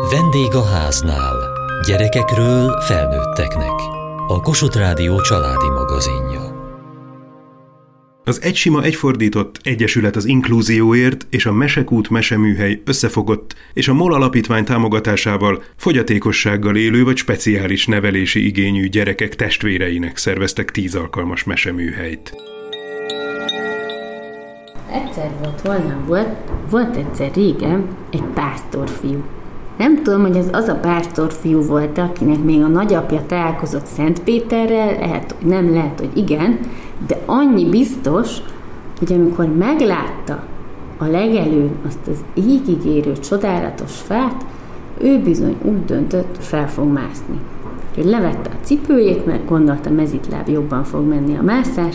Vendég a háznál. Gyerekekről felnőtteknek. A Kossuth Rádió családi magazinja. Az Egy Sima Egy Fordított Egyesület az Inklúzióért és a Mesekút Meseműhely összefogott, és a MOL Alapítvány támogatásával fogyatékossággal élő vagy speciális nevelési igényű gyerekek testvéreinek szerveztek 10 alkalmas meseműhelyt. Egyszer volt egyszer régen egy pásztorfiú. Nem tudom, hogy ez az a pásztorfiú volt, akinek még a nagyapja találkozott Szentpéterrel, lehet, hogy nem, lehet, hogy igen, de annyi biztos, hogy amikor meglátta a legelőn azt az égigérő csodálatos fát, ő bizony úgy döntött, fel fog mászni. Ő levette a cipőjét, mert gondolta, mezitláb jobban fog menni a mászás,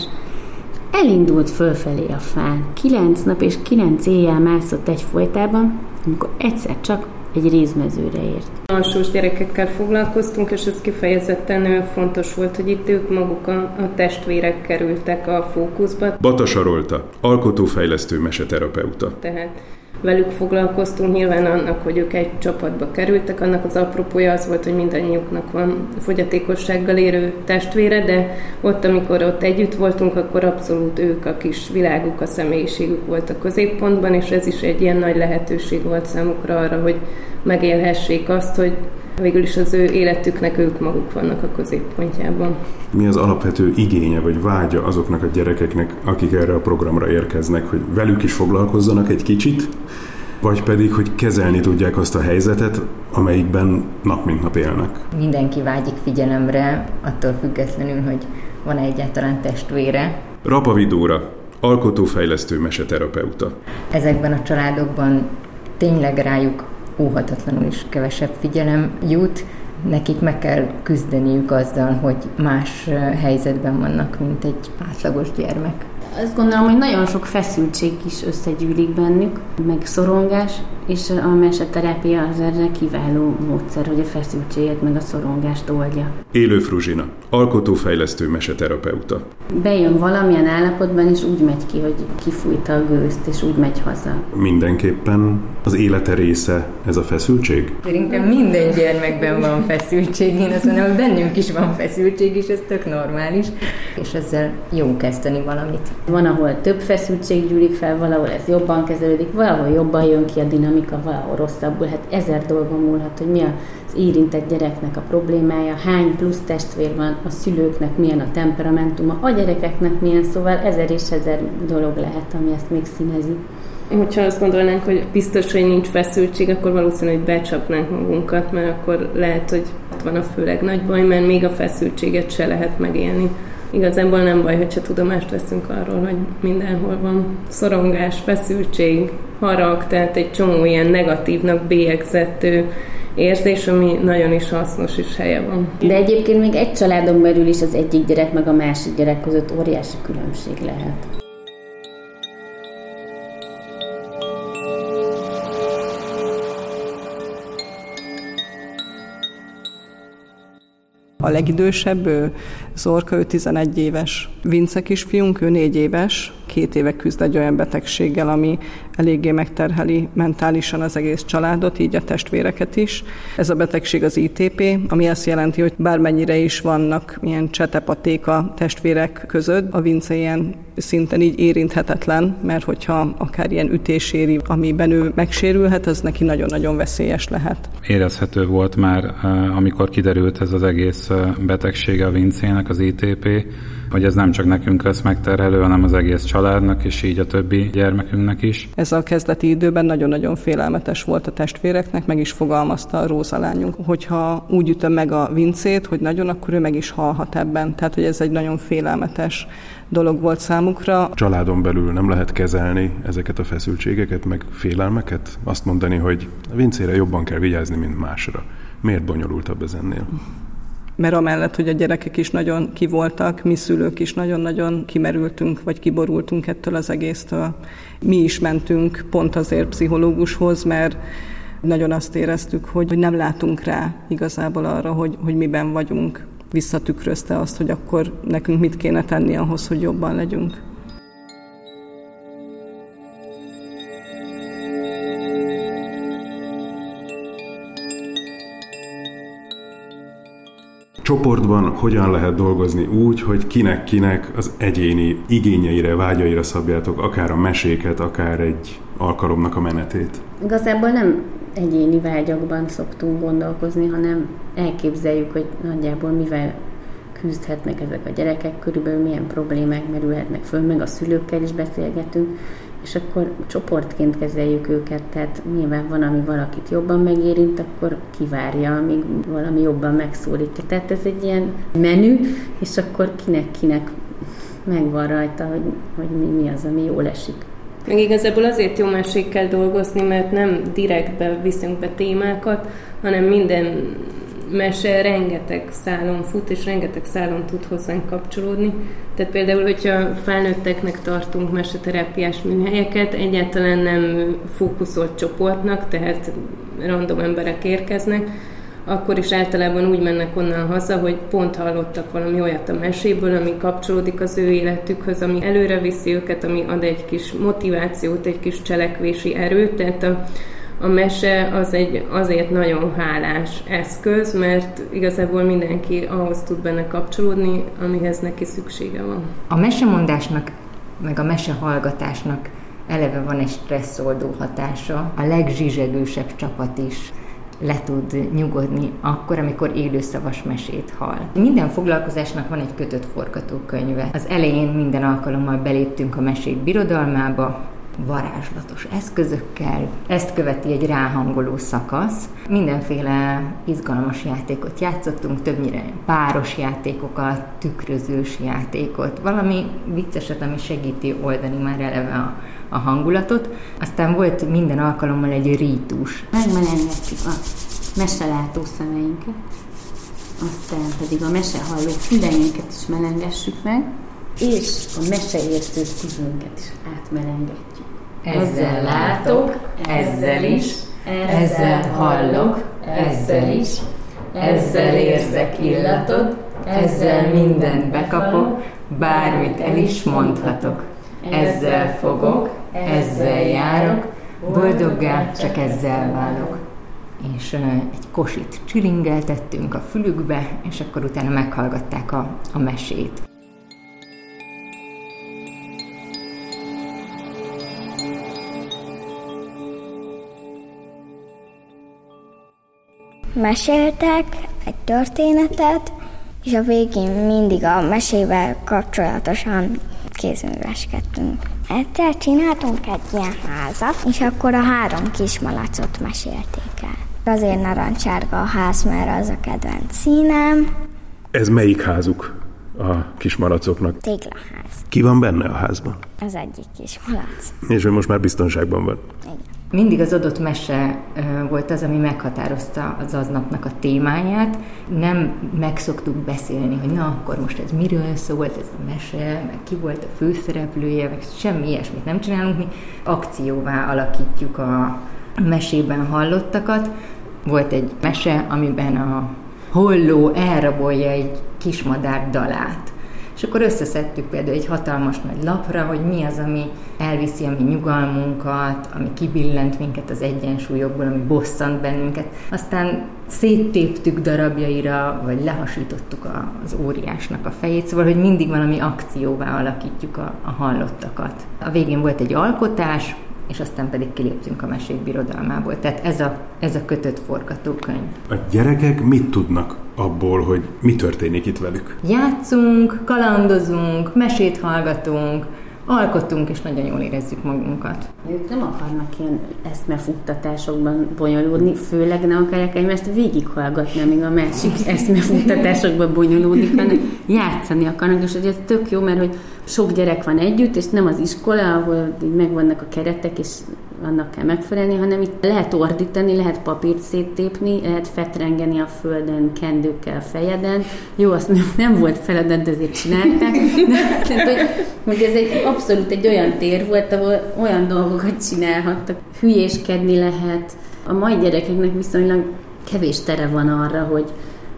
elindult fölfelé a fán. 9 nap és 9 éjjel mászott egyfolytában, amikor egyszer csak egy rézmezőre ért. Alsós gyerekekkel foglalkoztunk, és ez kifejezetten fontos volt, hogy itt ők maguk a testvérek kerültek a fókuszba. Bata Sarolta, alkotófejlesztő meseterapeuta. Tehát velük foglalkoztunk, nyilván annak, hogy ők egy csapatba kerültek, annak az apropója az volt, hogy mindannyiuknak van fogyatékossággal élő testvére, de ott, amikor ott együtt voltunk, akkor abszolút ők, a kis világuk, a személyiségük volt a középpontban, és ez is egy ilyen nagy lehetőség volt számukra arra, hogy megélhessék azt, hogy végül is az ő életüknek ők maguk vannak a középpontjában. Mi az alapvető igénye vagy vágya azoknak a gyerekeknek, akik erre a programra érkeznek, hogy velük is foglalkozzanak egy kicsit, vagy pedig, hogy kezelni tudják azt a helyzetet, amelyikben nap mint nap élnek? Mindenki vágyik figyelemre, attól függetlenül, hogy van egyáltalán testvére. Rapavi Dóra, alkotófejlesztő meseterapeuta. Ezekben a családokban tényleg rájuk óhatatlanul is kevesebb figyelem jut. Nekik meg kell küzdeniük azzal, hogy más helyzetben vannak, mint egy átlagos gyermek. Azt gondolom, hogy nagyon sok feszültség is összegyűlik bennük, meg szorongás, és a meseterápia az erre kiváló módszer, hogy a feszültséget meg a szorongást oldja. Élő Fruzsina, alkotófejlesztő meseterapeuta. Bejön valamilyen állapotban, és úgy megy ki, hogy kifújta a gőzt, és úgy megy haza. Mindenképpen az élete része ez a feszültség? Szerintem minden gyermekben van feszültség, én azt mondom, hogy bennünk is van feszültség, és ez tök normális, és ezzel jó kezdeni valamit. Van, ahol több feszültség gyűlik fel, valahol ez jobban kezelődik, valahol jobban jön ki a dinamika, valahol rosszabbul. Hát 1000 dolgon múlhat, hogy mi az érintett gyereknek a problémája, hány plusz testvér van, a szülőknek milyen a temperamentuma, a gyerekeknek milyen, szóval 1000 és 1000 dolog lehet, ami ezt még színezi. Hogyha azt gondolnánk, hogy biztos, hogy nincs feszültség, akkor valószínűleg becsapnánk magunkat, mert akkor lehet, hogy ott van a főleg nagy baj, mert még a feszültséget se lehet megélni. Igazából nem baj, hogyha tudomást veszünk arról, hogy mindenhol van szorongás, feszültség, harag, tehát egy csomó ilyen negatívnak bélyegzett érzés, ami nagyon is hasznos és helye van. De egyébként még egy családon belül is az egyik gyerek meg a másik gyerek között óriási különbség lehet. A legidősebb, Zorka, ő 11 éves. Vince kisfiunk, ő 4 éves, 2 éve küzd egy olyan betegséggel, ami eléggé megterheli mentálisan az egész családot, így a testvéreket is. Ez a betegség az ITP, ami azt jelenti, hogy bármennyire is vannak ilyen csetepatéka testvérek között, a Vince ilyen szinten így érinthetetlen, mert hogyha akár ilyen ütés éri, amiben ő megsérülhet, az neki nagyon-nagyon veszélyes lehet. Érezhető volt már, amikor kiderült ez az egész betegsége a Vincének, az ITP, hogy ez nem csak nekünk lesz megterhelő, hanem az egész családnak, és így a többi gyermekünknek is. Ez a kezdeti időben nagyon-nagyon félelmetes volt a testvéreknek, meg is fogalmazta a Róza lányunk, hogyha úgy ütöm meg a Vincét, hogy nagyon, akkor ő meg is halhat ebben. Tehát, hogy ez egy nagyon félelmetes dolog volt számukra. Családon belül nem lehet kezelni ezeket a feszültségeket, meg félelmeket? Azt mondani, hogy a Vincére jobban kell vigyázni, mint másra. Miért bonyolultabb ez ennél? Mert amellett, hogy a gyerekek is nagyon kivoltak, mi szülők is nagyon-nagyon kimerültünk, vagy kiborultunk ettől az egésztől. Mi is mentünk pont azért pszichológushoz, mert nagyon azt éreztük, hogy nem látunk rá igazából arra, hogy miben vagyunk. Visszatükrözte azt, hogy akkor nekünk mit kéne tenni ahhoz, hogy jobban legyünk. csoportban hogyan lehet dolgozni úgy, hogy kinek-kinek az egyéni igényeire, vágyaira szabjátok akár a meséket, akár egy alkalomnak a menetét? Igazából nem egyéni vágyakban szoktunk gondolkozni, hanem elképzeljük, hogy nagyjából mivel küzdhetnek ezek a gyerekek, körülbelül milyen problémák merülhetnek föl, meg a szülőkkel is beszélgetünk, és akkor csoportként kezeljük őket, tehát nyilván van, ami valakit jobban megérint, akkor kivárja, amíg valami jobban megszólítja. Tehát ez egy ilyen menü, és akkor kinek megvan rajta, hogy mi az, ami jól esik. Meg igazából azért jó mesékkel dolgozni, mert nem direktbe viszünk be témákat, hanem minden mese rengeteg szálon fut, és rengeteg szálon tud hozzánk kapcsolódni. Tehát például, hogyha felnőtteknek tartunk meseterápiás műhelyeket, egyáltalán nem fókuszolt csoportnak, tehát random emberek érkeznek, akkor is általában úgy mennek onnan haza, hogy pont hallottak valami olyat a meséből, ami kapcsolódik az ő életükhöz, ami előre viszi őket, ami ad egy kis motivációt, egy kis cselekvési erőt. Tehát a mese az azért nagyon hálás eszköz, mert igazából mindenki ahhoz tud benne kapcsolódni, amihez neki szüksége van. A mesemondásnak, meg a mesehallgatásnak eleve van egy stresszoldó hatása. A legzsizsegősebb csapat is le tud nyugodni akkor, amikor élőszavas mesét hall. Minden foglalkozásnak van egy kötött forgatókönyve. Az elején minden alkalommal beléptünk a mesék birodalmába, varázslatos eszközökkel. Ezt követi egy ráhangoló szakasz. Mindenféle izgalmas játékot játszottunk, többnyire páros játékokat, tükrözős játékot, valami vicceset, ami segíti oldani már eleve a hangulatot. Aztán volt minden alkalommal egy rítus. Megmelengetjük a meselátó szemeinket, aztán pedig a mesehalló füleinket is melengessük meg, és a meseértő szívünket is átmelengetjük. Ezzel látok, ezzel is, ezzel hallok, ezzel is, ezzel érzek illatot, ezzel mindent bekapok, bármit el is mondhatok. Ezzel fogok, ezzel járok, boldoggá csak ezzel válok. És egy kosit csilingeltettünk a fülükbe, és akkor utána meghallgatták a mesét. Meséltek egy történetet, és a végén mindig a mesével kapcsolatosan kézműveskedtünk. Egyszer csináltunk egy ilyen házat, és akkor a 3 kismalacot mesélték el. Azért narancsárga a ház, mert az a kedvenc színem. Ez melyik házuk a kismalacoknak? Téglaház. Ki van benne a házban? Az egyik kismalac. És ő most már biztonságban van. Igen. Mindig az adott mese volt az, ami meghatározta az aznapnak a témáját. Nem megszoktuk beszélni, hogy na, akkor most ez miről szólt, ez a mese, meg ki volt a főszereplője, meg semmi ilyesmit nem csinálunk, mi akcióvá alakítjuk a mesében hallottakat. Volt egy mese, amiben a holló elrabolja egy kismadár dalát. És akkor összeszedtük például egy hatalmas nagy lapra, hogy mi az, ami elviszi a mi nyugalmunkat, ami kibillent minket az egyensúlyokból, ami bosszant bennünket. Aztán széttéptük darabjaira, vagy lehasítottuk az óriásnak a fejét, szóval, hogy mindig valami akcióvá alakítjuk a hallottakat. A végén volt egy alkotás, és aztán pedig kiléptünk a mesék birodalmából. Tehát ez a kötött forgatókönyv. A gyerekek mit tudnak abból, hogy mi történik itt velük? Játszunk, kalandozunk, mesét hallgatunk, alkotunk, és nagyon jól érezzük magunkat. Ők nem akarnak ilyen eszmefuttatásokban bonyolódni, főleg nem akarják egymást végighallgatni, amíg a másik eszmefuttatásokban bonyolódik, hanem játszani akarnak, és ez tök jó, mert hogy sok gyerek van együtt, és nem az iskola, ahol megvannak a keretek, és annak kell megfelelni, hanem itt lehet ordítani, lehet papírt széttépni, lehet fetrengeni a földön kendőkkel a fejeden. Jó, azt nem volt feladat, de azért csinálták. Hogy ez abszolút egy olyan tér volt, ahol olyan dolgokat csinálhattak. Hülyéskedni lehet. A mai gyerekeknek viszonylag kevés tere van arra, hogy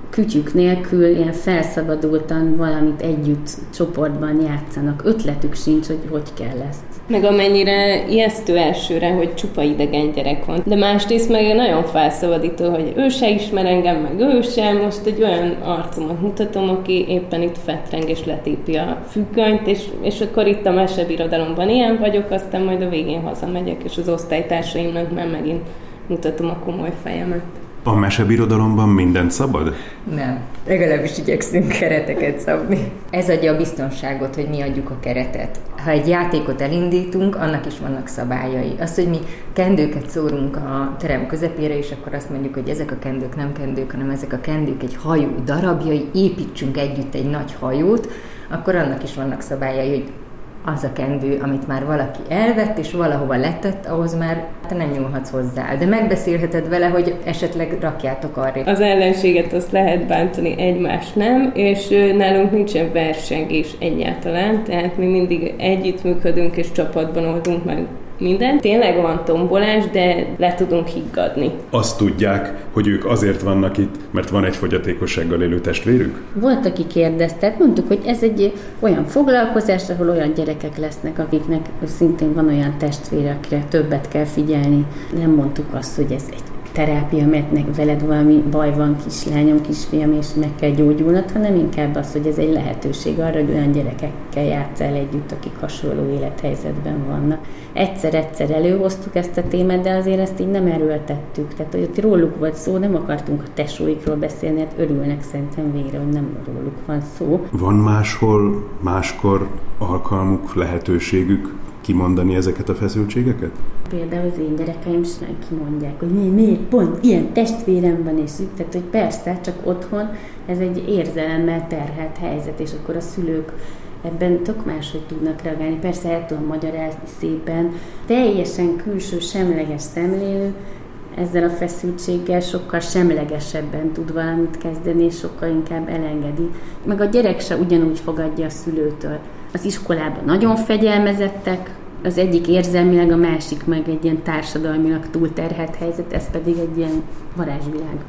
kütyük nélkül ilyen felszabadultan valamit együtt csoportban játszanak. Ötletük sincs, hogy kell ezt. Meg amennyire ijesztő elsőre, hogy csupa idegen gyerek van. De másrészt meg nagyon felszabadító, hogy ő se ismer engem, meg ő sem. Most egy olyan arcomat mutatom, aki éppen itt fetreng és letépi a függönyt, és akkor itt a mesebirodalomban ilyen vagyok, aztán majd a végén hazamegyek, és az osztálytársaimnak már megint mutatom a komoly fejemet. A mesebirodalomban mindent szabad? Nem. Legalábbis igyekszünk kereteket szabni. Ez adja a biztonságot, hogy mi adjuk a keretet. Ha egy játékot elindítunk, annak is vannak szabályai. Az, hogy mi kendőket szórunk a terem közepére, és akkor azt mondjuk, hogy ezek a kendők nem kendők, hanem ezek a kendők egy hajó darabjai, építsünk együtt egy nagy hajót, akkor annak is vannak szabályai, hogy az a kendő, amit már valaki elvett, és valahova letett, ahhoz már te nem nyúlhatsz hozzá. De megbeszélheted vele, hogy esetleg rakjátok arra. Az ellenséget azt lehet bántani, egymást nem, és nálunk nincsen versengés egyáltalán, tehát mi mindig együttműködünk, és csapatban oldunk meg minden. Tényleg van tombolás, de le tudunk higgadni. Azt tudják, hogy ők azért vannak itt, mert van egy fogyatékossággal élő testvérük? Volt, aki kérdezte, mondtuk, hogy ez egy olyan foglalkozás, ahol olyan gyerekek lesznek, akiknek szintén van olyan testvére, akire többet kell figyelni. Nem mondtuk azt, hogy ez egy terápia, mert veled valami baj van, kislányom, kisfiam, és meg kell gyógyulnod, hanem inkább az, hogy ez egy lehetőség arra, hogy olyan gyerekekkel játsszál együtt, akik hasonló élethelyzetben vannak. Egyszer előhoztuk ezt a témát, de azért ezt így nem erőltettük. Tehát, hogy ott róluk volt szó, nem akartunk a tesóikról beszélni, hát örülnek szerintem végre, hogy nem róluk van szó. Van máshol, máskor alkalmuk, lehetőségük kimondani ezeket a feszültségeket? Például az én gyerekeim sem kimondják, hogy miért pont ilyen testvérem van, és tehát, hogy persze, csak otthon ez egy érzelemmel terhelt helyzet, és akkor a szülők ebben tök máshogy tudnak reagálni. Persze el tudom magyarázni szépen. Teljesen külső, semleges szemlélő ezzel a feszültséggel sokkal semlegesebben tud valamit kezdeni, és sokkal inkább elengedi. Meg a gyerek se ugyanúgy fogadja a szülőtől. Az iskolában nagyon fegyelmezettek, az egyik érzelmileg, a másik meg egy ilyen társadalmilag túlterhelt helyzet, ez pedig egy ilyen varázsvilág.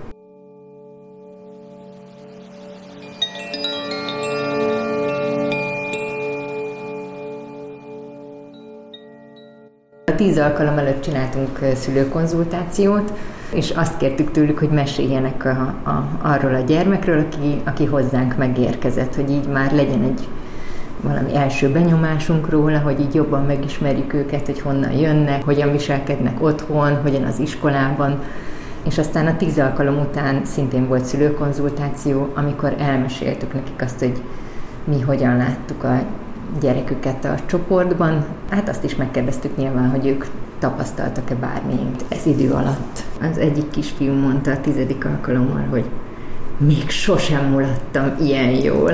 A 10 alkalom előtt csináltunk szülőkonzultációt, és azt kértük tőlük, hogy meséljenek arról a gyermekről, aki hozzánk megérkezett, hogy így már legyen egy valami első benyomásunk róla, hogy így jobban megismerjük őket, hogy honnan jönnek, hogyan viselkednek otthon, hogyan az iskolában. És aztán a 10 alkalom után szintén volt szülőkonzultáció, amikor elmeséltük nekik azt, hogy mi hogyan láttuk a gyereküket a csoportban. Hát azt is megkérdeztük nyilván, hogy ők tapasztaltak-e bármit ez idő alatt. Az egyik kisfiú mondta a 10. alkalommal, hogy még sosem mulattam ilyen jól.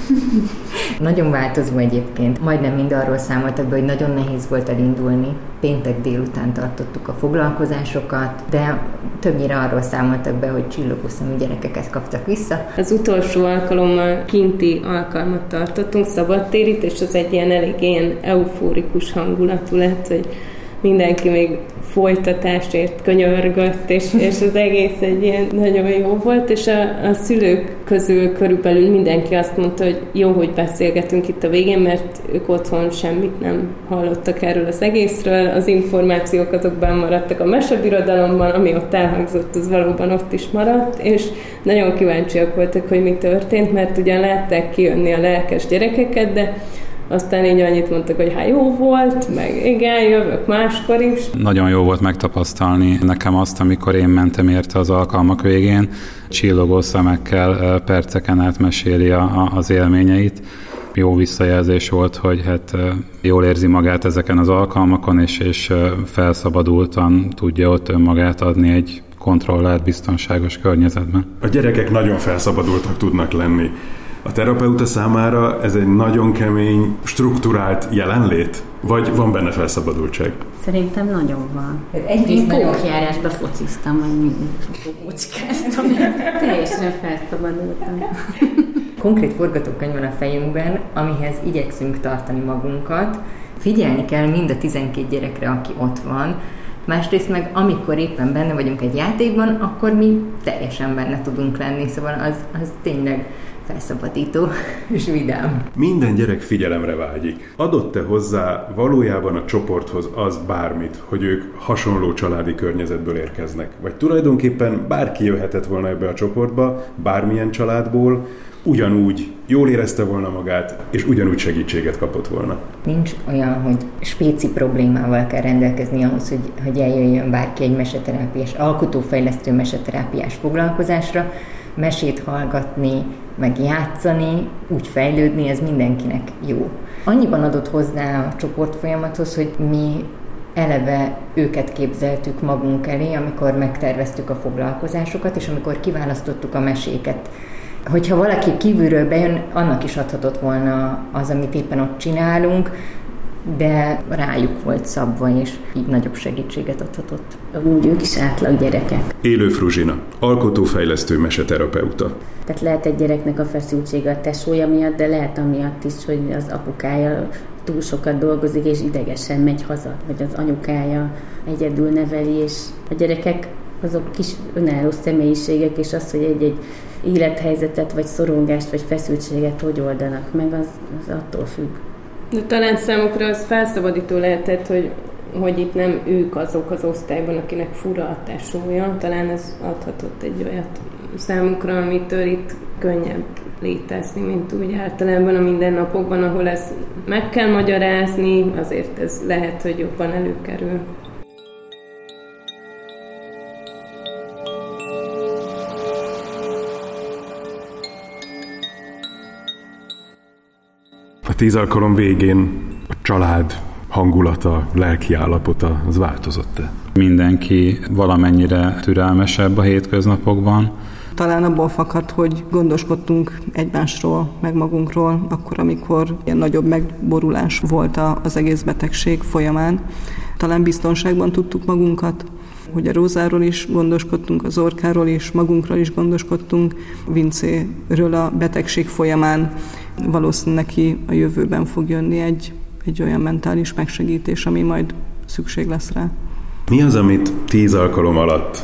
Nagyon változó egyébként. Majdnem mind arról számoltak be, hogy nagyon nehéz volt elindulni. Péntek délután tartottuk a foglalkozásokat, de többnyire arról számoltak be, hogy csillogószemű gyerekeket kaptak vissza. Az utolsó alkalommal kinti alkalmat tartottunk, szabadtérit, és az egy ilyen eufórikus hangulatú lett, hogy mindenki még folytatásért könyörgött, és az egész egy ilyen nagyon jó volt, és a szülők közül körülbelül mindenki azt mondta, hogy jó, hogy beszélgetünk itt a végén, mert ők otthon semmit nem hallottak erről az egészről, az információk azok benn maradtak a mesebirodalomban, ami ott elhangzott, az valóban ott is maradt, és nagyon kíváncsiak voltak, hogy mi történt, mert ugyan látták kijönni a lelkes gyerekeket, de aztán így annyit mondtak, hogy hát jó volt, meg igen, jövök máskor is. Nagyon jó volt megtapasztalni nekem azt, amikor én mentem érte az alkalmak végén, csillogó szemekkel perceken át meséli az élményeit. Jó visszajelzés volt, hogy hát jól érzi magát ezeken az alkalmakon, és felszabadultan tudja ott önmagát adni egy kontrollált, biztonságos környezetben. A gyerekek nagyon felszabadultak tudnak lenni. A terapeuta számára ez egy nagyon kemény, strukturált jelenlét? Vagy van benne felszabadultság? Szerintem nagyon van. Én pókjárásba fociztam, vagy mindig fogócskáztam. Teljesen felszabadultam. Konkrét forgatókönyv van a fejünkben, amihez igyekszünk tartani magunkat. Figyelni kell mind a 12 gyerekre, aki ott van, Másrészt meg, amikor éppen benne vagyunk egy játékban, akkor mi teljesen benne tudunk lenni, szóval az tényleg felszabadító és vidám. Minden gyerek figyelemre vágyik. Adott-e hozzá valójában a csoporthoz az bármit, hogy ők hasonló családi környezetből érkeznek? Vagy tulajdonképpen bárki jöhetett volna ebbe a csoportba, bármilyen családból, ugyanúgy jól érezte volna magát, és ugyanúgy segítséget kapott volna? Nincs olyan, hogy spéci problémával kell rendelkezni ahhoz, hogy eljöjjön bárki egy meseterápiás, alkotófejlesztő meseterápiás foglalkozásra, mesét hallgatni, meg játszani, úgy fejlődni, ez mindenkinek jó. Annyiban adott hozzá a csoportfolyamathoz, hogy mi eleve őket képzeltük magunk elé, amikor megterveztük a foglalkozásokat, és amikor kiválasztottuk a meséket. Hogyha valaki kívülről bejön, annak is adhatott volna az, amit éppen ott csinálunk, de rájuk volt szabva, és így nagyobb segítséget adhatott. Úgy ők is átlag gyerekek. Élő Fruzsina, alkotófejlesztő meseterapeuta. Tehát lehet egy gyereknek a feszültsége a tesója miatt, de lehet amiatt is, hogy az apukája túl sokat dolgozik, és idegesen megy haza, vagy az anyukája egyedül neveli, és a gyerekek azok kis önálló személyiségek, és az, hogy egy élethelyzetet, vagy szorongást, vagy feszültséget hogy oldanak meg, az attól függ. De talán számukra az felszabadító lehetett, hogy itt nem ők azok az osztályban, akinek fura a tesója. Talán ez adhatott egy olyat számukra, amitől itt könnyebb létezni, mint úgy általában a mindennapokban, ahol ezt meg kell magyarázni, azért ez lehet, hogy jobban előkerül. A 10 alkalom végén a család hangulata, lelki állapota, az változott-e? Mindenki valamennyire türelmesebb a hétköznapokban. Talán abból fakad, hogy gondoskodtunk egymásról, meg magunkról, akkor, amikor ilyen nagyobb megborulás volt az egész betegség folyamán. Talán biztonságban tudtuk magunkat, hogy a Rózáról is gondoskodtunk, az Orkáról is, magunkról is gondoskodtunk, Vincéről a betegség folyamán. Valószínűleg neki a jövőben fog jönni egy olyan mentális megsegítés, ami majd szükség lesz rá. Mi az, amit 10 alkalom alatt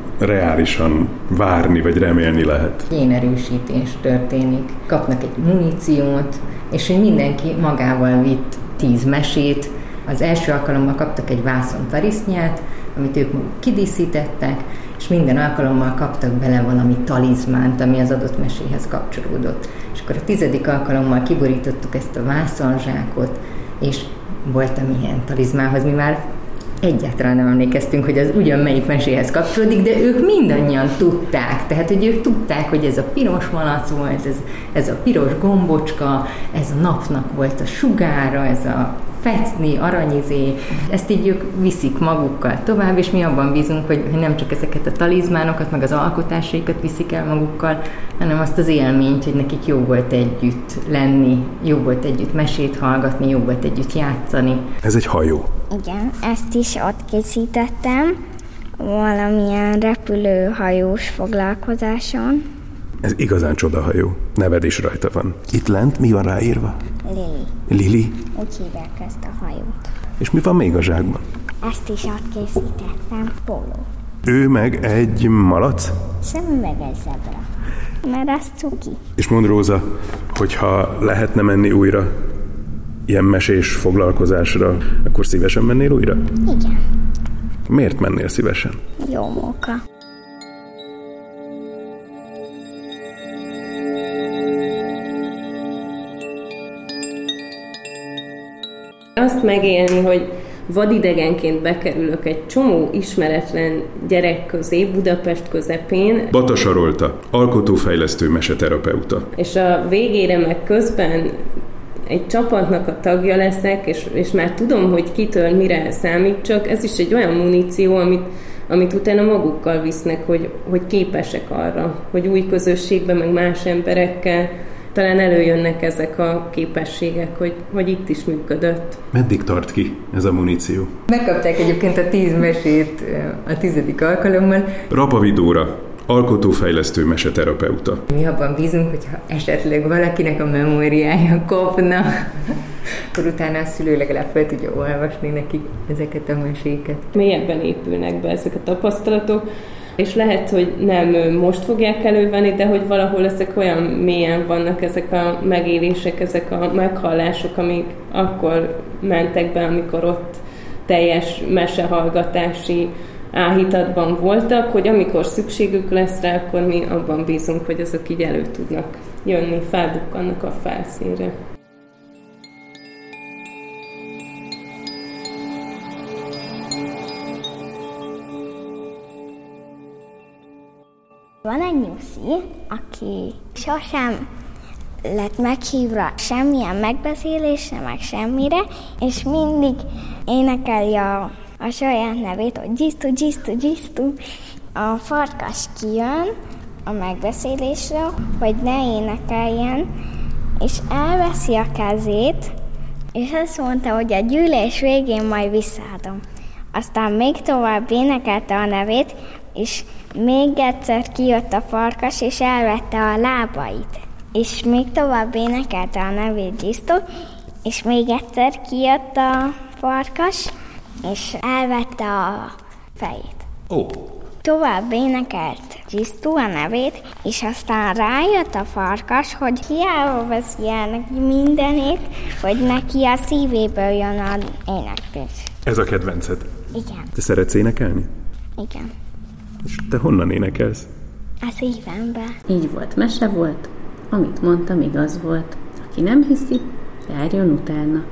reálisan várni vagy remélni lehet? Génerősítés történik. Kapnak egy muníciót, és hogy mindenki magával vitt 10 mesét. Az első alkalommal kaptak egy vászon tarisznyát, amit ők maguk kidíszítettek, és minden alkalommal kaptak bele valami talizmánt, ami az adott meséhez kapcsolódott. És akkor a 10. alkalommal kiborítottuk ezt a vászonzsákot, és voltam ilyen talizmánhoz, mi már egyáltalán nem emlékeztünk, hogy az ugyan melyik meséhez kapcsolódik, de ők mindannyian tudták. Tehát, hogy ők tudták, hogy ez a piros malac volt, ez a piros gombocska, ez a napnak volt a sugára, ez a fecni, aranyizé, ezt így ők viszik magukkal tovább, és mi abban bízunk, hogy nem csak ezeket a talizmánokat, meg az alkotásaikat viszik el magukkal, hanem azt az élményt, hogy nekik jó volt együtt lenni, jó volt együtt mesét hallgatni, jó volt együtt játszani. Ez egy hajó. Igen, ezt is ott készítettem valamilyen repülőhajós foglalkozáson. Ez igazán csodahajó. Neved is rajta van. Itt lent mi van ráírva? Lili. Lili? Úgy hívják ezt a hajót. És mi van még a zsákban? Ezt is ott készítettem, póló. Ő meg egy malac? Szemüveg egy zebra. Mert az cuki. És mondd, Róza, hogyha lehetne menni újra ilyen mesés foglalkozásra, akkor szívesen mennél újra? Igen. Miért mennél szívesen? Jó móka. Azt megélni, hogy vadidegenként bekerülök egy csomó ismeretlen gyerek közé, Budapest közepén. Bata Sarolta, alkotófejlesztő meseterapeuta. És a végére meg közben egy csapatnak a tagja leszek, és már tudom, hogy kitől mire számítsak. Ez is egy olyan muníció, amit utána magukkal visznek, hogy képesek arra, hogy új közösségben, meg más emberekkel talán előjönnek ezek a képességek, hogy itt is működött. Meddig tart ki ez a muníció? Megkapták egyébként a 10 mesét a 10. alkalommal. Rapavidóra, alkotófejlesztő meseterapeuta. Mi abban bízunk, hogyha esetleg valakinek a memóriája kopna, akkor utána a szülő legalább fel tudja olvasni nekik ezeket a meséket. Mélyebben épülnek be ezek a tapasztalatok, és lehet, hogy nem most fogják elővenni, de hogy valahol ezek olyan mélyen vannak, ezek a megélések, ezek a meghallások, amik akkor mentek be, amikor ott teljes mesehallgatási áhítatban voltak, hogy amikor szükségük lesz rá, akkor mi abban bízunk, hogy azok így elő tudnak jönni, felbukkannak a felszínre. Van egy nyuszi, aki sosem lett meghívva semmilyen megbeszélésre, meg semmire, és mindig énekeli a saját nevét, hogy Gyisztu, Gyisztu, Gyisztu. A farkas kijön a megbeszélésre, hogy ne énekeljen, és elveszi a kezét, és azt mondta, hogy a gyűlés végén majd visszaadom. Aztán még tovább énekelte a nevét, és még egyszer kijött a farkas, és elvette a lábait. És még tovább énekelte a nevét Gyisztu, és még egyszer kijött a farkas, és elvette a fejét. Tovább énekelt Gyisztu a nevét, és aztán rájött a farkas, hogy hiába veszi el neki mindenét, hogy neki a szívéből jön az éneklés. Ez a kedvenced? Igen. Te szeretsz énekelni? Igen. És te honnan énekelsz? A szívembe. Így volt, mese volt, amit mondtam, igaz volt. Aki nem hiszi, járjon utána.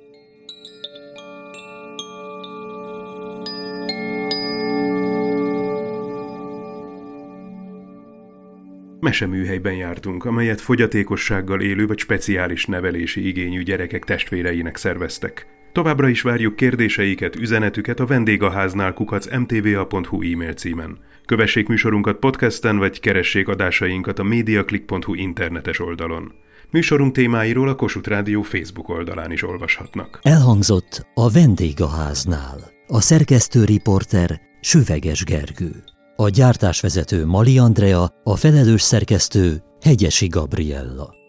Meseműhelyben jártunk, amelyet fogyatékossággal élő vagy speciális nevelési igényű gyerekek testvéreinek szerveztek. Továbbra is várjuk kérdéseiket, üzenetüket a vendégháznál @mtva.hu e-mail címen. Kövessék műsorunkat podcasten, vagy keressék adásainkat a mediaclick.hu internetes oldalon. Műsorunk témáiról a Kossuth Rádió Facebook oldalán is olvashatnak. Elhangzott a vendégháznál. A szerkesztő-riporter Süveges Gergő. A gyártásvezető Mali Andrea, a felelős szerkesztő Hegyesi Gabriella.